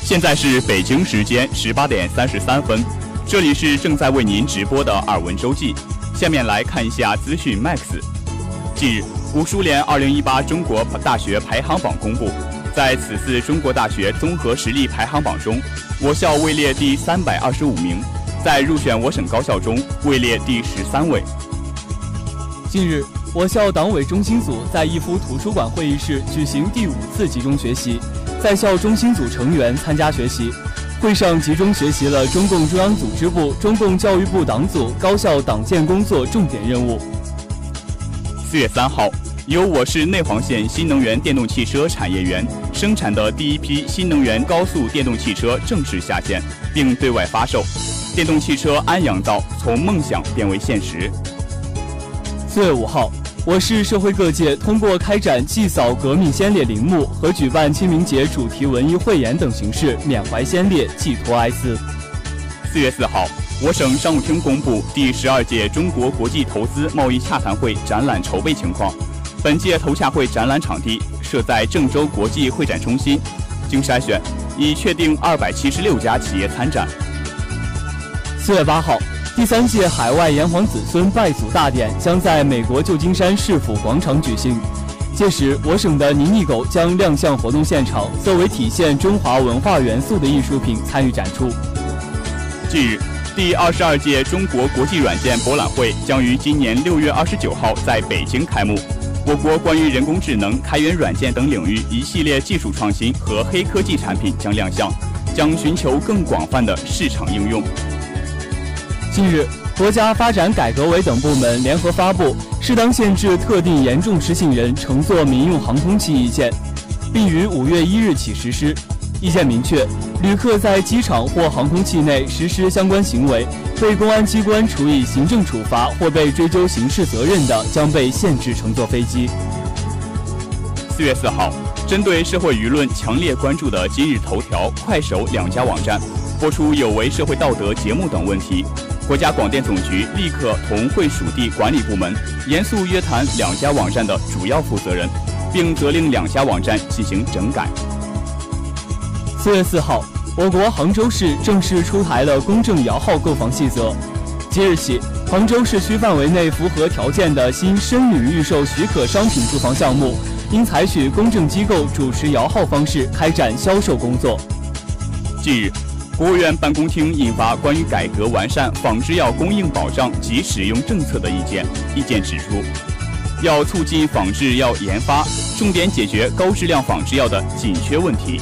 现在是北京时间18点33分，这里是正在为您直播的耳闻周记。下面来看一下资讯 Max。近日，吴淑莲2018中国大学排行榜公布，在此次中国大学综合实力排行榜中，我校位列第325名，在入选我省高校中位列第13位。 近日，我校党委中心组在一夫图书馆会议室举行第5次集中学习，在校中心组成员参加学习。会上集中学习了中共中央组织部、中共教育部党组高校党建工作重点任务。 4月3号，由我市内黄县新能源电动汽车产业园生产的第一批新能源高速电动汽车正式下线，并对外发售。电动汽车安阳造从梦想变为现实。 4月5号，我市社会各界通过开展祭扫革命先烈陵墓和举办清明节主题文艺汇演等形式缅怀先烈，寄托哀思。 4月4号，我省商务厅公布第12届中国国际投资贸易洽谈会展览筹备情况。本届投洽会展览场地设在郑州国际会展中心，经筛选，已确定276家企业参展。 4月8号，第3届海外炎黄子孙拜祖大典将在美国旧金山市府广场举行。届时，我省的泥泥狗将亮相活动现场，作为体现中华文化元素的艺术品参与展出。 近日，第22届中国国际软件博览会将于今年6月29号在北京开幕。我国关于人工智能、开源软件等领域一系列技术创新和黑科技产品将亮相，将寻求更广泛的市场应用。 近日，国家发展改革委等部门联合发布适当限制特定严重失信人乘坐民用航空器意见，并于5月1日起实施。意见明确，旅客在机场或航空器内实施相关行为，被公安机关处以行政处罚或被追究刑事责任的，将被限制乘坐飞机。 4月4号，针对社会舆论强烈关注的今日头条、快手2家网站播出有违社会道德节目等问题，国家广电总局立刻同会属地管理部门严肃约谈2家网站的主要负责人，并责令2家网站进行整改。 4月4号，我国杭州市正式出台了公证摇号购房细则。即日起，杭州市区范围内符合条件的新申领预售许可商品住房项目，应采取公证机构主持摇号方式开展销售工作。 近日，国务院办公厅印发关于改革完善仿制药供应保障及使用政策的意见。意见指出，要促进仿制药研发，重点解决高质量仿制药的紧缺问题。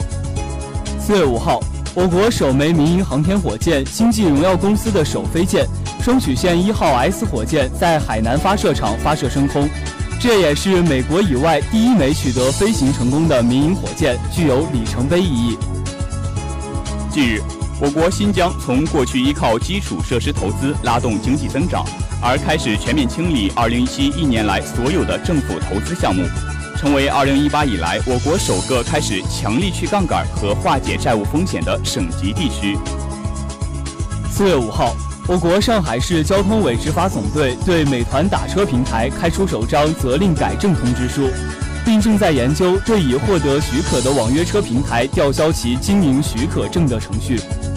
4月5号，我国首枚民营航天火箭星际荣耀公司的首飞舰双曲线1号 S 火箭在海南发射场发射升空，这也是美国以外第一枚取得飞行成功的民营火箭，具有里程碑意义。 近日，我国新疆从过去依靠基础设施投资拉动经济增长，而开始全面清理2017一年来所有的政府投资项目，成为2018以来我国首个开始强力去杠杆和化解债务风险的省级地区。 4月5号，我国上海市交通委执法总队对美团打车平台开出首张责令改正通知书，并正在研究对已获得许可的网约车平台吊销其经营许可证的程序。